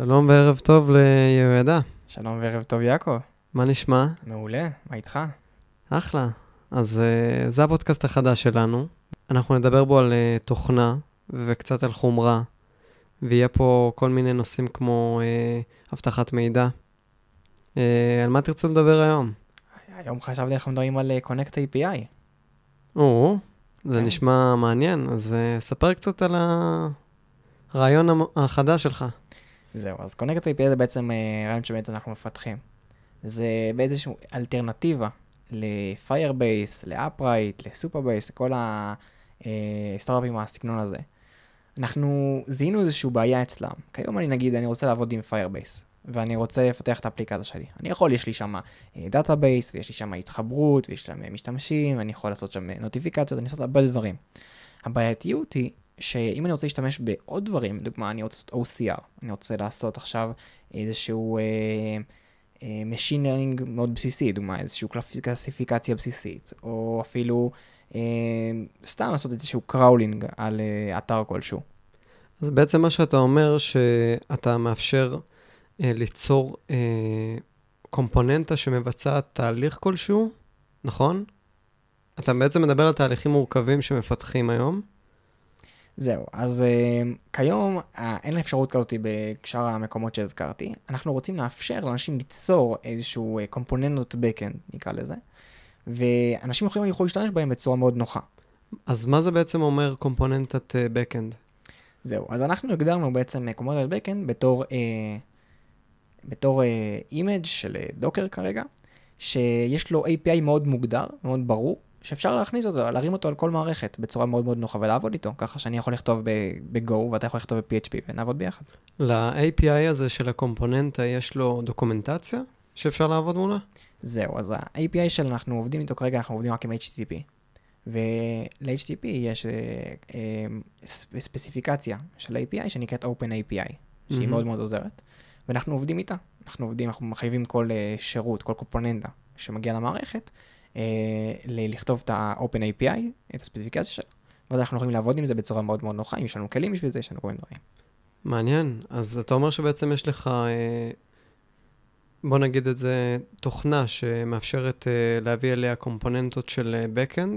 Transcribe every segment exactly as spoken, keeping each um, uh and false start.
שלום וערב טוב ליהוידע. שלום וערב טוב יעקב. מה נשמע? מעולה, מה איתך? אחלה. אז uh, זה הפודקאסט החדש שלנו. אנחנו נדבר בו על uh, תוכנה וקצת על חומרה, ויהיה פה כל מיני נושאים כמו uh, הבטחת מידע. Uh, על מה תרצה לדבר היום? היום חשבתי אנחנו מדברים על uh, Connect איי פי איי. או, זה כן. נשמע מעניין, אז uh, ספר קצת על הרעיון המ- החדש שלך. זהו, אז Connect איי פי איי זה בעצם uh, רעיון שבאמת אנחנו מפתחים. זה באיזושהי אלטרנטיבה ל-Firebase, ל-Upright, ל-Superbase, כל הסטארט-אפים מהסגנון הזה. אנחנו זיהינו איזושהי בעיה אצלם. כיום אני נגיד, אני רוצה לעבוד עם Firebase, ואני רוצה לפתח את האפליקציה שלי. אני יכול, יש לי שם דאטאבייס, ויש לי שם התחברות, ויש לי שם משתמשים, אני יכול לעשות שם נוטיפיקציות, אני עושה הרבה דברים. הבעייתיות היא שאם אני רוצה להשתמש בעוד דברים, לדוגמה, אני רוצה לעשות או סי אר, אני רוצה לעשות עכשיו איזשהו אה, אה, machine learning מאוד בסיסי, לדוגמה, איזשהו קלסיפיקציה בסיסית, או אפילו אה, סתם לעשות איזשהו קראולינג על אה, אתר כלשהו. אז בעצם מה שאתה אומר שאתה מאפשר אה, ליצור אה, קומפוננטה שמבצעת תהליך כלשהו, נכון? אתה בעצם מדבר על תהליכים מורכבים שמפתחים היום. זהו, אז uh, כיום uh, אין אפשרות כזאת בשאר המקומות שהזכרתי. אנחנו רוצים לאפשר לאנשים ליצור איזשהו uh, קומפוננטות backend, נקרא לזה, ואנשים יכולים יכולים להשתמש בהם בצורה מאוד נוחה. אז מה זה בעצם אומר קומפוננטת uh, backend? זהו, אז אנחנו הגדרנו בעצם קומפוננטות backend בתור, uh, בתור uh, image של דוקר כרגע, שיש לו איי פי איי מאוד מוגדר, מאוד ברור, שאפשר להכניס אותו, להרים אותו על כל מערכת בצורה מאוד מאוד נוחה ולעבוד איתו, ככה שאני יכול לכתוב ב-Go ואתה יכול לכתוב ב-פי אייץ' פי ונעבוד ביחד. ל-איי פי איי הזה של הקומפוננטה יש לו דוקומנטציה שאפשר לעבוד מולה? זהו, אז ה-איי פי איי שאנחנו עובדים איתו כרגע, אנחנו עובדים רק עם אייץ' טי טי פי. ול-אייץ' טי טי פי יש אה, אה, ספציפיקציה של איי פי איי שנקראת Open איי פי איי, שהיא Mhm. מאוד מאוד עוזרת, ואנחנו עובדים איתה. אנחנו עובדים, אנחנו מחייבים כל אה, שירות, כל קומפוננטה שמגיע למערכת, אה, ל- לכתוב את ה-Open איי פי איי, את הספציפיקציה שלה, ואז אנחנו יכולים לעבוד עם זה בצורה מאוד מאוד נוחה, אם יש לנו כלים בשביל זה, יש לנו כל מיני דברים. מעניין. אז אתה אומר שבעצם יש לך, אה, בוא נגיד את זה, תוכנה שמאפשרת אה, להביא אליה קומפוננטות של אה, backend,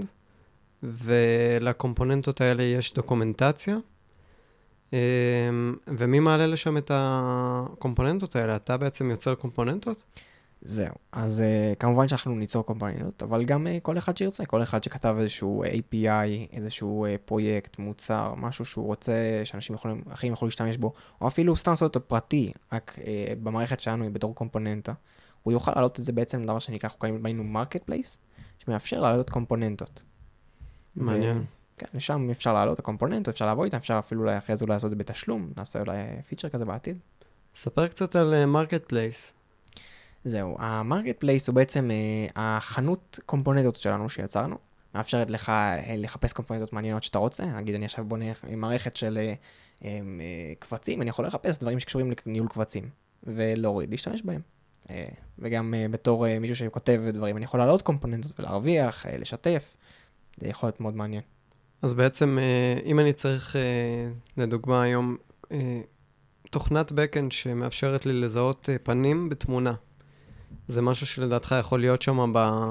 ולקומפוננטות האלה יש דוקומנטציה. אה, ומי מעלה לשם את הקומפוננטות האלה? אתה בעצם יוצר קומפוננטות? זהו, אז uh, כמובן שאנחנו ניצור קומפוננטות, אבל גם uh, כל אחד שירצה, כל אחד שכתב איזשהו איי פי איי, איזשהו uh, פרויקט, מוצר, משהו שהוא רוצה שאנשים יכולים, אחרים יכולים להשתמש בו, או אפילו סתם לעשות אותו פרטי, רק uh, במערכת שלנו בתור קומפוננטה, הוא יוכל לעלות את זה בעצם לדבר שנקרא, אנחנו בנינו מרקט פלייס, שמאפשר לעלות קומפוננטות. מעניין. ו... כן, לשם אפשר לעלות את הקומפוננטות, אפשר לעבוד איתם, אפשר אפילו אולי אחרי זה אולי לעשות את זה בתשלום, נעשה אולי פיצ'ר כזה בעתיד. ספר קצת על מרקט פלייס. זהו, המרקט פלייס הוא בעצם אה, החנות קומפוננטות שלנו שיצרנו, מאפשרת לך אה, לחפש קומפוננטות מעניינות שאתה רוצה, נגיד אני עכשיו בונה מערכת של אה, אה, קבצים, אני יכול לחפש דברים שקשורים לניהול קבצים, ולהוריד, להשתמש בהם. אה, וגם אה, בתור אה, מישהו שכותב דברים, אני יכול לעלות קומפוננטות ולהרוויח, אה, לשתף, זה יכול להיות מאוד מעניין. אז בעצם, אה, אם אני צריך, אה, לדוגמה היום, אה, תוכנת backend שמאפשרת לי לזהות אה, פנים בתמונה, זה משהו שלדעתך יכול להיות שם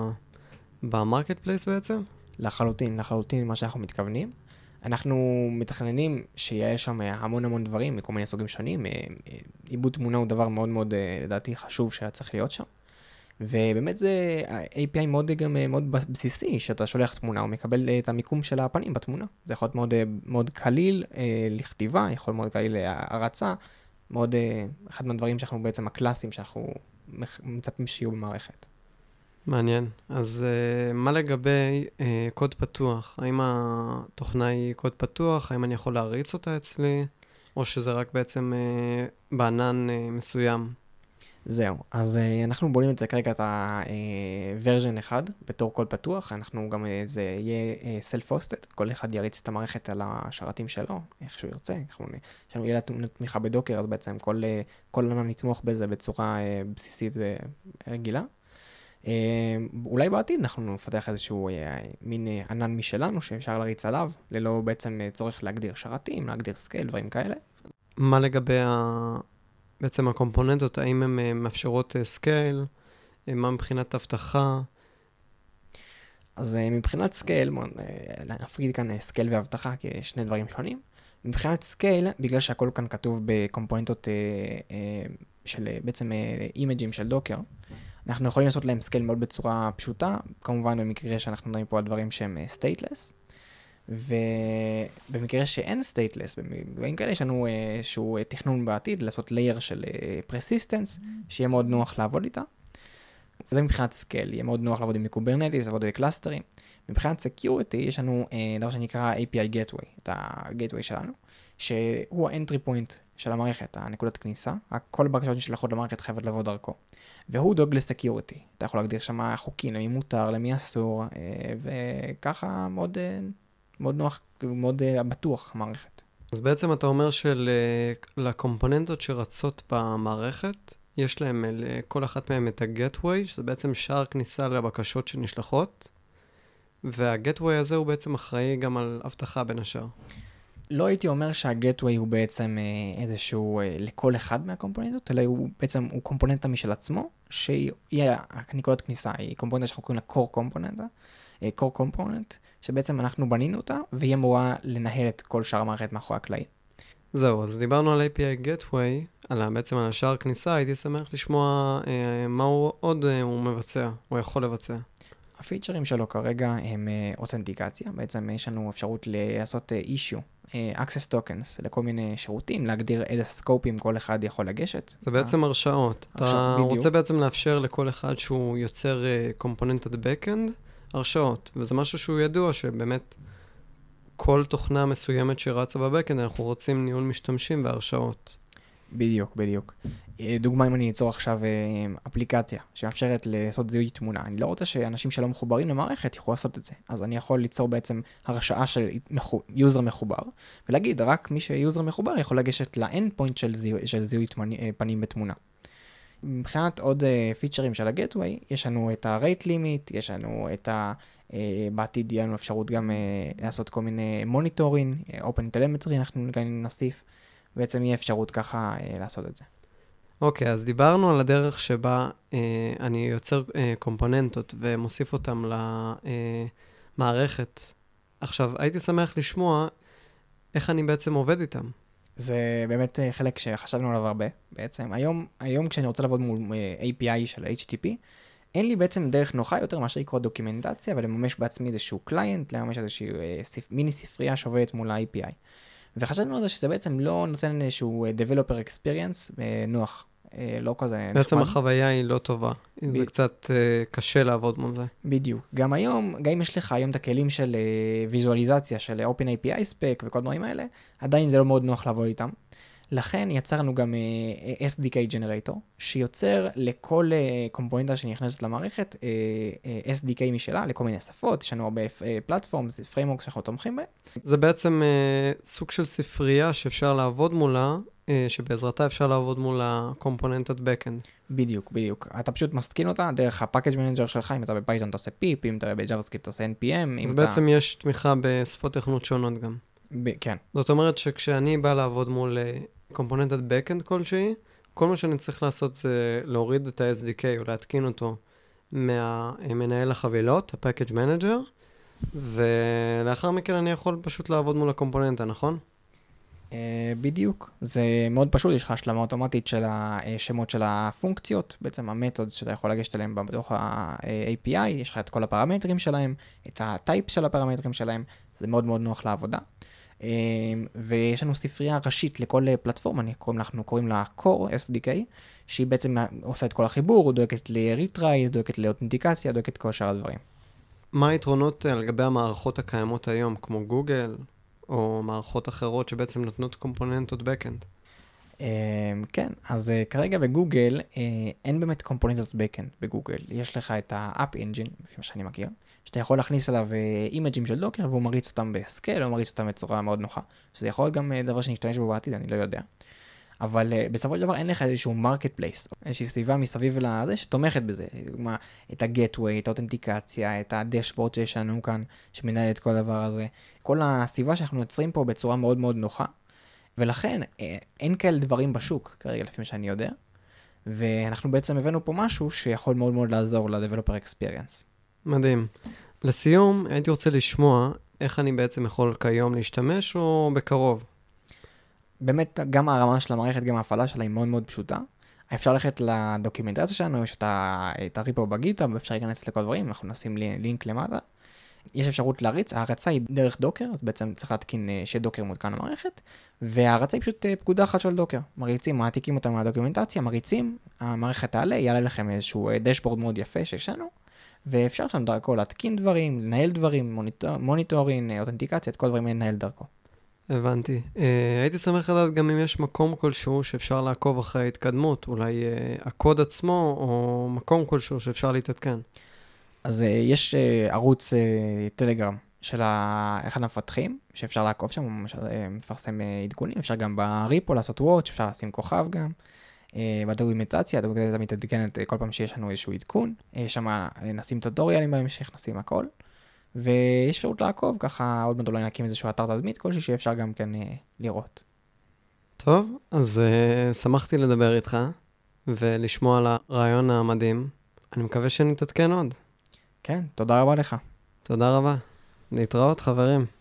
במרקט פלייס בעצם? לחלוטין, לחלוטין מה שאנחנו מתכוונים. אנחנו מתכננים שיש שם המון המון דברים מכל מיני סוגים שונים. עיבוד תמונה הוא דבר מאוד מאוד, לדעתי, חשוב שצריך להיות שם. ובאמת זה איי פי איי מאוד, גם מאוד בסיסי, שאתה שולח תמונה, הוא מקבל את המיקום של הפנים בתמונה. זה יכול להיות מאוד, מאוד קליל לכתיבה, יכול להיות מאוד קליל להרצה, מאוד, אחד מהדברים שאנחנו בעצם הקלאסיים שאנחנו מצפים שיהיו במערכת. מעניין. אז uh, מה לגבי uh, קוד פתוח? האם התוכנה היא קוד פתוח? האם אני יכול להריץ אותה אצלי? או שזה רק בעצם uh, בענן uh, מסוים? זהו, אז uh, אנחנו בונים את זה כרגע את ה-version אחד בתור קוד פתוח, אנחנו גם, uh, זה יהיה uh, self-hosted, כל אחד יריץ את המערכת על השרתים שלו, איך שהוא ירצה, אנחנו, יש לנו יהיה לנו תמיכה בדוקר, אז בעצם כל, uh, כל ענן נתמוך בזה בצורה uh, בסיסית ורגילה. Uh, אולי בעתיד אנחנו נפתח איזשהו uh, מין uh, ענן משלנו שאפשר להריץ עליו, ללא בעצם uh, צורך להגדיר שרתים, להגדיר סקייל, דברים כאלה. מה לגבי ה... בעצם הקומפוננטות, האם הן מאפשרות סקייל, מה מבחינת הבטחה? אז מבחינת סקייל, נפריד כאן סקייל והבטחה כשני דברים שונים. מבחינת סקייל, בגלל שהכל כאן כתוב בקומפוננטות של בעצם אימג'ים של דוקר, אנחנו יכולים לעשות להם סקייל מאוד בצורה פשוטה, כמובן במקרה שאנחנו מדברים פה על דברים שהם סטייטלס, ובמקרה שאין סטייטלס, במקרים כאלה יש לנו איזשהו תכנון בעתיד לעשות לייר של פרסיסטנס, שיהיה מאוד נוח לעבוד איתה. זה מבחינת סקייל, יהיה מאוד נוח לעבוד עם קוברנטיס, לעבוד עם קלאסטרים. מבחינת סקיוריטי, יש לנו אה, דבר שנקרא איי פי איי Gateway, את ה-Gateway שלנו, שהוא ה-entry point של המערכת, הנקודת כניסה. כל הבקשות נשלחות למערכת חייבת לעבוד דרכו. והוא דוג לסקיוריטי. אתה יכול להגדיר שם חוקים, למי מותר, למי אסור, אה, וככה מאוד, אה, מאוד נוח, מאוד אה, בטוח המערכת. אז בעצם אתה אומר שלקומפוננטות שרצות במערכת, יש להם לכל אחת מהם את ה-Gateway, שזה בעצם שער כניסה לבקשות שנשלחות, וה-Gateway הזה הוא בעצם אחראי גם על הבטחה בין השאר. לא הייתי אומר שה-Gateway הוא בעצם איזשהו לכל אחד מהקומפוננטות, אלא הוא בעצם הוא קומפוננטה משל עצמו, שהיא הנקודת כניסה, היא קומפוננטה שאנחנו קוראים לה Core Component, Core Component, שבעצם אנחנו בנינו אותה, והיא אמורה לנהל את כל שאר המערכת מאחורי הקלעים. זהו, אז דיברנו על איי פי איי Gateway, על בעצם על השער כניסה, הייתי שמח לשמוע אה, מה הוא עוד אה, הוא מבצע, הוא יכול לבצע. הפיצ'רים שלו כרגע הם אה, אותנטיקציה, בעצם יש לנו אפשרות לעשות אה, issue, אה, access tokens לכל מיני שירותים, להגדיר איזה סקופים כל אחד יכול לגשת. זה בעצם אה, הרשאות. הרשאות. אתה בדיוק. רוצה בעצם לאפשר לכל אחד שהוא יוצר קומפוננטת uh, backend, הרשאות, וזה משהו שהוא ידוע שבאמת כל תוכנה מסוימת שרצה בבקאנד, אנחנו רוצים ניהול משתמשים והרשאות. בדיוק, בדיוק. דוגמה אם אני אצור עכשיו אפליקציה שמאפשרת לעשות זיהוי תמונה. אני לא רוצה שאנשים שלא מחוברים למערכת יוכלו לעשות את זה. אז אני יכול ליצור בעצם הרשאה של יוזר מחובר, ולהגיד רק מי שיוזר מחובר יכול לגשת לאנד פוינט של זיהוי, של זיהוי פנים בתמונה. מבחינת עוד פיצ'רים של ה-Gateway, יש לנו את ה-Rate Limit, יש לנו את ה... בעתיד יהיה לנו אפשרות גם לעשות כל מיני מוניטורינג, Open Telemetry אנחנו גם נוסיף, בעצם יהיה אפשרות ככה לעשות את זה. אוקיי, okay, אז דיברנו על הדרך שבה אה, אני יוצר אה, קומפוננטות ומוסיף אותם למערכת. עכשיו, הייתי שמח לשמוע איך אני בעצם עובד איתם. זה באמת חלק שחשבנו עליו הרבה, בעצם. היום, היום כשאני רוצה לעבוד מול איי פי איי של אייץ' טי פי, אין לי בעצם דרך נוחה יותר מאשר לקרוא דוקימנטציה ולממש בעצמי איזשהו קליינט, לממש איזשהו אה, סיפ, מיני ספרייה שעובדת מול ה-איי פי איי. וחשבנו על זה שזה בעצם לא נותן איזשהו developer experience אה, נוח. לא כזה בעצם נחמד. החוויה היא לא טובה. ב... זה קצת uh, קשה לעבוד מול זה. בדיוק. גם היום, גם אם יש לך היום את הכלים של uh, ויזואליזציה, של OpenAPI spec וכל דברים האלה, עדיין זה לא מאוד נוח לעבוד איתם. לכן יצרנו גם uh, אס די קיי Generator, שיוצר לכל uh, קומפוננטה שנכנסת למערכת, uh, uh, אס די קיי משלה, לכל מיני שפות, יש לנו הרבה פלטפורם, זה פריימוורק שאנחנו תומכים בהם. זה בעצם uh, סוג של ספרייה שאפשר לעבוד מולה, שבעזרתה אפשר לעבוד מול הקומפוננטת backend. בדיוק, בדיוק. אתה פשוט מסתקין אותה דרך הפאקג' מנג'ר שלך, אם אתה בפייתון אתה עושה פיפ, אם אתה בג'אווה-סקריפט אתה עושה אן פי אם. אז בעצם יש תמיכה בשפות תכנות שונות גם. כן. זאת אומרת שכשאני בא לעבוד מול קומפוננטת backend כלשהי, כל מה שאני צריך לעשות זה להוריד את ה-אס די קיי או להתקין אותו מהמנהל החבילות, הפאקג' מנג'ר, ולאחר מכן אני יכול פשוט לעבוד מול הקומפוננטה, נכון? Uh, בדיוק, זה מאוד פשוט, יש לך השלמה אוטומטית של השמות של הפונקציות, בעצם המתוד שאתה יכול לגשת אליהם בתוך ה-איי פי איי, יש לך את כל הפרמטרים שלהם, את הטייפ של הפרמטרים שלהם, זה מאוד מאוד נוח לעבודה. Uh, ויש לנו ספרייה ראשית לכל פלטפורמה, אנחנו קוראים לה Core אס די קיי, שהיא בעצם עושה את כל החיבור, דואגת ל-retry, דואגת לאותנטיקציה, דואגת את כל שאר הדברים. מה היתרונות על גבי המערכות הקיימות היום, כמו גוגל? או מערכות אחרות שבעצם נותנות קומפוננטות backend? כן, אז כרגע בגוגל אין באמת קומפוננטות backend בגוגל. יש לך את ה-App Engine, לפי מה שאני מכיר, שאתה יכול להכניס עליו אימג'ים של דוקר, והוא מריץ אותם בסקייל, או מריץ אותם בצורה מאוד נוחה. שזה יכול להיות גם דבר שנשתמש בו בעתיד, אני לא יודע. אבל בסופו של דבר אין לך איזשהו מרקט פלייס, איזושהי סביבה מסביב לזה שתומכת בזה, לדוגמה, את הגטווי, את האותנטיקציה, את הדשבורד שיש לנו כאן, שמנהל את כל הדבר הזה. כל הסביבה שאנחנו יוצרים פה בצורה מאוד מאוד נוחה, ולכן אין כאלה דברים בשוק, כרגע לפי מה שאני יודע, ואנחנו בעצם הבאנו פה משהו שיכול מאוד מאוד לעזור ל-Developer Experience. מדהים. לסיום, הייתי רוצה לשמוע איך אני בעצם יכול כיום להשתמש או בקרוב. באמת, גם הרמה של המערכת, גם ההפעלה שלה היא מאוד מאוד פשוטה. אפשר ללכת לדוקימנטציה שלנו, יש את הריפו בגיטה, ואפשר להיכנס לכל דברים, אנחנו נשים לינק למטה. יש אפשרות להריץ, ההרצה היא דרך דוקר, אז בעצם צריך להתקין שדוקר מותקן למערכת, וההרצה היא פשוט פקודה אחת של דוקר. מריצים, מעתיקים אותם מהדוקימנטציה, מריצים, המערכת תעלה, יעלה לכם איזשהו דשבורד מאוד יפה שיש לנו, ואפשר שם דרכו להתקין דברים, לנהל דברים, מוניטור, מוניטורין, אותנטיקציה, את כל דברים לנהל דרכו. הבנתי. Uh, הייתי שמח לדעת גם אם יש מקום כלשהו שאפשר לעקוב אחרי ההתקדמות, אולי uh, הקוד עצמו או מקום כלשהו שאפשר להתעדכן. אז uh, יש uh, ערוץ uh, טלגרם של אחד המפתחים, שאפשר לעקוב שם, הוא מפרסם uh, עדכונים, אפשר גם בריפו לעשות וואץ', אפשר לשים כוכב גם. Uh, בדוקימנטציה, הדוקימנטציה מתעדכנת כל פעם שיש לנו איזשהו עדכון, uh, שם נשים טוטוריאלים בהמשך, נשים הכל. ויש אפשרות לעקוב, ככה עוד מעט אולי נקים איזשהו אתר תדמית כלשהי שאפשר גם כן אה, לראות. טוב, אז אה, שמחתי לדבר איתך ולשמוע על הרעיון המדהים. אני מקווה שנתעדכן עוד. כן, תודה רבה לך. תודה רבה. להתראות חברים.